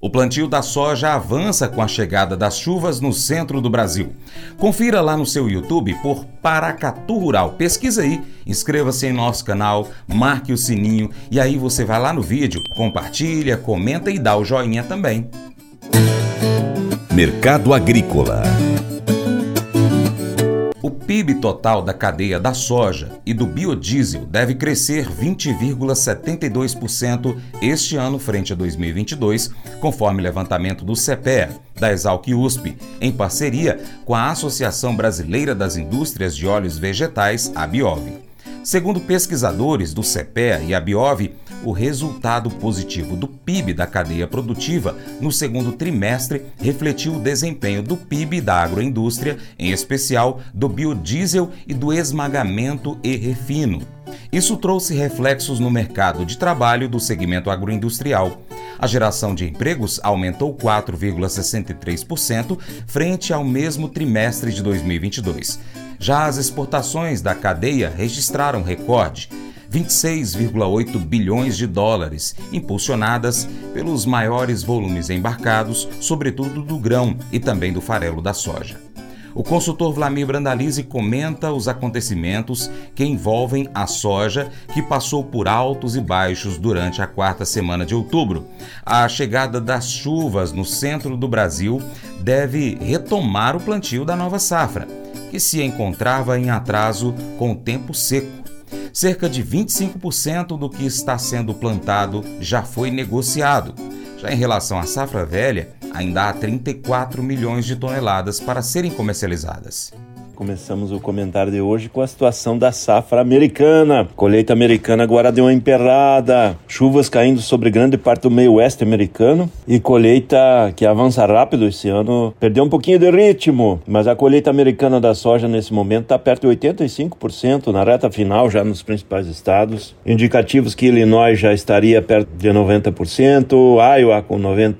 O plantio da soja avança com a chegada das chuvas no centro do Brasil. Confira lá no seu YouTube por Paracatu Rural. Pesquisa aí, inscreva-se em nosso canal, marque o sininho e aí você vai lá no vídeo, compartilha, comenta e dá o joinha também. Mercado Agrícola. O PIB total da cadeia da soja e do biodiesel deve crescer 20,72% este ano frente a 2022, conforme levantamento do CEPEA, da Exalc-USP, em parceria com a Associação Brasileira das Indústrias de Óleos Vegetais, a ABIOV. Segundo pesquisadores do CEPEA e a ABIOV, o resultado positivo do PIB da cadeia produtiva no segundo trimestre refletiu o desempenho do PIB da agroindústria, em especial do biodiesel e do esmagamento e refino. Isso trouxe reflexos no mercado de trabalho do segmento agroindustrial. A geração de empregos aumentou 4,63% frente ao mesmo trimestre de 2022. Já as exportações da cadeia registraram recorde, 26,8 bilhões de dólares, impulsionadas pelos maiores volumes embarcados, sobretudo do grão e também do farelo da soja. O consultor Vlamir Brandalize comenta os acontecimentos que envolvem a soja, que passou por altos e baixos durante a quarta semana de outubro. A chegada das chuvas no centro do Brasil deve retomar o plantio da nova safra, que se encontrava em atraso com o tempo seco. Cerca de 25% do que está sendo plantado já foi negociado. Já em relação à safra velha, ainda há 34 milhões de toneladas para serem comercializadas. Começamos o comentário de hoje com a situação da safra americana. Colheita americana agora deu uma emperrada, chuvas caindo sobre grande parte do meio oeste americano e colheita que avança rápido esse ano perdeu um pouquinho de ritmo, mas a colheita americana da soja nesse momento está perto de 85%, na reta final já nos principais estados. Indicativos que Illinois já estaria perto de 90%, Iowa com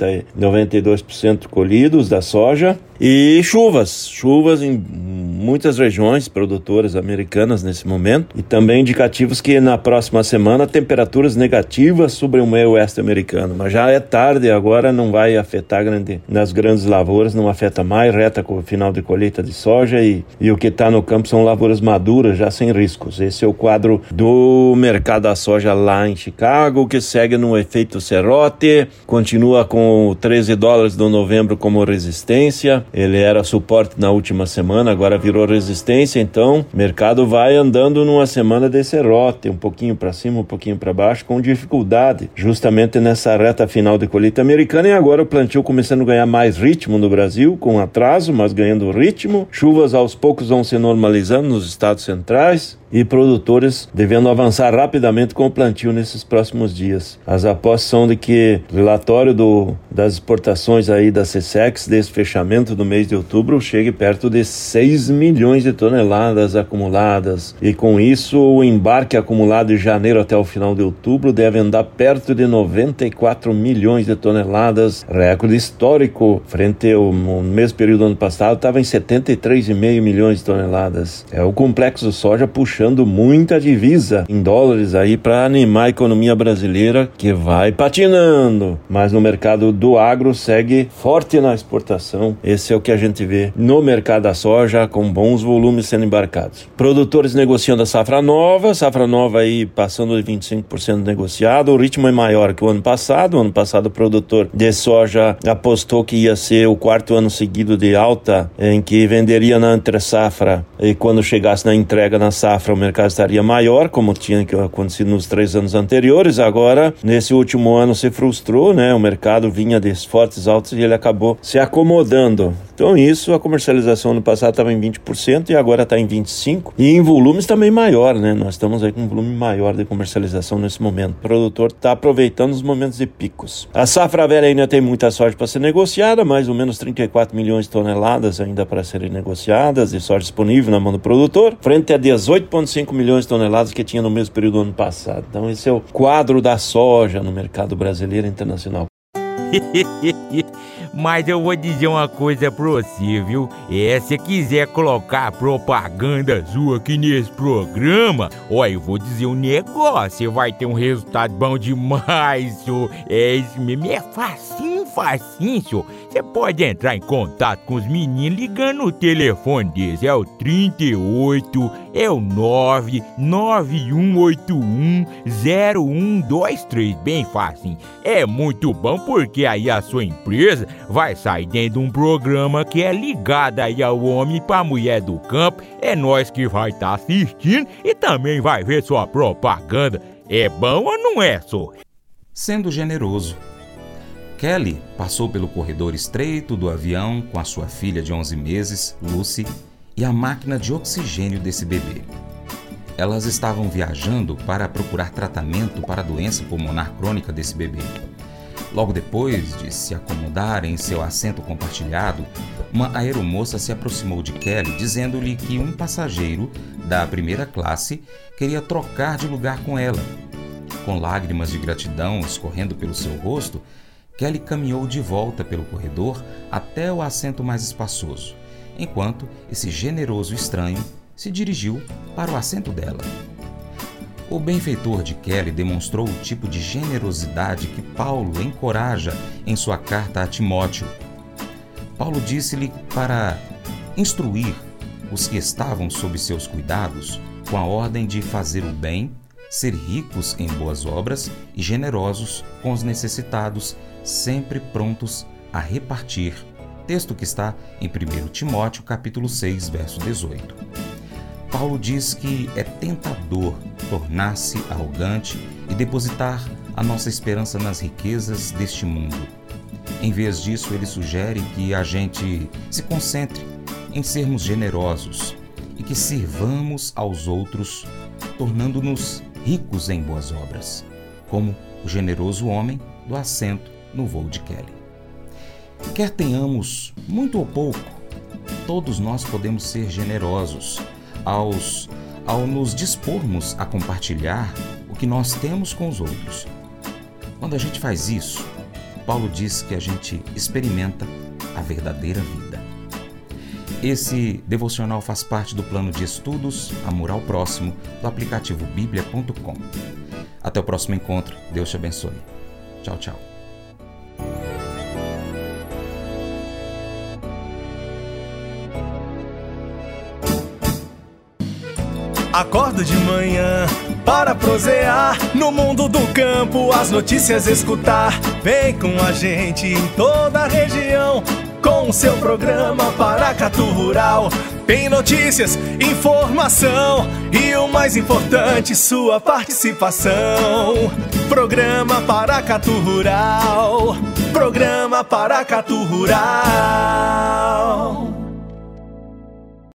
92% colhidos da soja. E chuvas em muitas regiões produtoras americanas nesse momento, e também indicativos que na próxima semana temperaturas negativas sobre o meio oeste americano, mas já é tarde, agora não vai afetar nas grandes lavouras, não afeta mais, reta com o final de colheita de soja e o que está no campo são lavouras maduras, já sem riscos. Esse é o quadro do mercado da soja lá em Chicago, que segue no efeito serrote, continua com $13 do novembro como resistência. Ele era suporte na última semana, agora virou resistência, então o mercado vai andando numa semana de serrote, um pouquinho para cima, um pouquinho para baixo, com dificuldade, justamente nessa reta final de colheita americana, e agora o plantio começando a ganhar mais ritmo no Brasil, com atraso, mas ganhando ritmo. Chuvas aos poucos vão se normalizando nos estados centrais e produtores devendo avançar rapidamente com o plantio nesses próximos dias. As apostas são de que o relatório das exportações aí da SECEX, desse fechamento do mês de outubro, chegue perto de 6 milhões de toneladas acumuladas. E com isso, o embarque acumulado de janeiro até o final de outubro deve andar perto de 94 milhões de toneladas, recorde histórico. Frente ao mesmo período do ano passado, estava em 73,5 milhões de toneladas. É o complexo soja puxando muita divisa em dólares aí para animar a economia brasileira, que vai patinando, mas no mercado do agro segue forte na exportação. Esse é o que a gente vê no mercado da soja, com bons volumes sendo embarcados. Produtores negociando a safra nova aí passando de 25% negociado. O ritmo é maior que o ano passado. O ano passado o produtor de soja apostou que ia ser o quarto ano seguido de alta, em que venderia na entre-safra, e quando chegasse na entrega na safra o mercado estaria maior, como tinha acontecido nos 3 anos anteriores. Agora, nesse último ano se frustrou, né? O mercado vinha de fortes altos e ele acabou se acomodando. Então isso, a comercialização no passado estava em 20% e agora está em 25%. E em volumes também maior, né? Nós estamos aí com um volume maior de comercialização nesse momento. O produtor está aproveitando os momentos de picos. A safra velha ainda tem muita soja para ser negociada, mais ou menos 34 milhões de toneladas ainda para serem negociadas de soja disponível na mão do produtor, frente a 18,5 milhões de toneladas que tinha no mesmo período do ano passado. Então esse é o quadro da soja no mercado brasileiro e internacional. Mas eu vou dizer uma coisa pra você, viu? Se quiser colocar propaganda sua aqui nesse programa, ó, eu vou dizer um negócio, você vai ter um resultado bom demais, senhor. Isso mesmo, é facinho, senhor. Você pode entrar em contato com os meninos ligando no telefone deles, é o 38, é o 991810123, bem facinho. É muito bom porque aí a sua empresa vai sair dentro de um programa que é ligado aí ao homem pra mulher do campo. É nós que vai estar assistindo e também vai ver sua propaganda. É bom ou não é, só? Sendo generoso. Kelly passou pelo corredor estreito do avião com a sua filha de 11 meses, Lucy, e a máquina de oxigênio desse bebê. Elas estavam viajando para procurar tratamento para a doença pulmonar crônica desse bebê. Logo depois de se acomodar em seu assento compartilhado, uma aeromoça se aproximou de Kelly dizendo-lhe que um passageiro da primeira classe queria trocar de lugar com ela. Com lágrimas de gratidão escorrendo pelo seu rosto, Kelly caminhou de volta pelo corredor até o assento mais espaçoso, enquanto esse generoso estranho se dirigiu para o assento dela. O benfeitor de Kelly demonstrou o tipo de generosidade que Paulo encoraja em sua carta a Timóteo. Paulo disse-lhe para instruir os que estavam sob seus cuidados com a ordem de fazer o bem, ser ricos em boas obras e generosos com os necessitados, sempre prontos a repartir. Texto que está em 1 Timóteo, capítulo 6, verso 18. Paulo diz que é tentador tornar-se arrogante e depositar a nossa esperança nas riquezas deste mundo. Em vez disso, ele sugere que a gente se concentre em sermos generosos e que sirvamos aos outros, tornando-nos ricos em boas obras, como o generoso homem do assento no voo de Kelly. Quer tenhamos muito ou pouco, todos nós podemos ser generosos ao nos dispormos a compartilhar o que nós temos com os outros. Quando a gente faz isso, Paulo diz que a gente experimenta a verdadeira vida. Esse devocional faz parte do plano de estudos Amor ao Próximo do aplicativo biblia.com. Até o próximo encontro. Deus te abençoe. Tchau, tchau. Acordo de manhã para prosear no mundo do campo, as notícias escutar. Vem com a gente em toda a região com o seu programa Paracatu Rural. Tem notícias, informação e o mais importante, sua participação. Programa Paracatu Rural. Programa Paracatu Rural.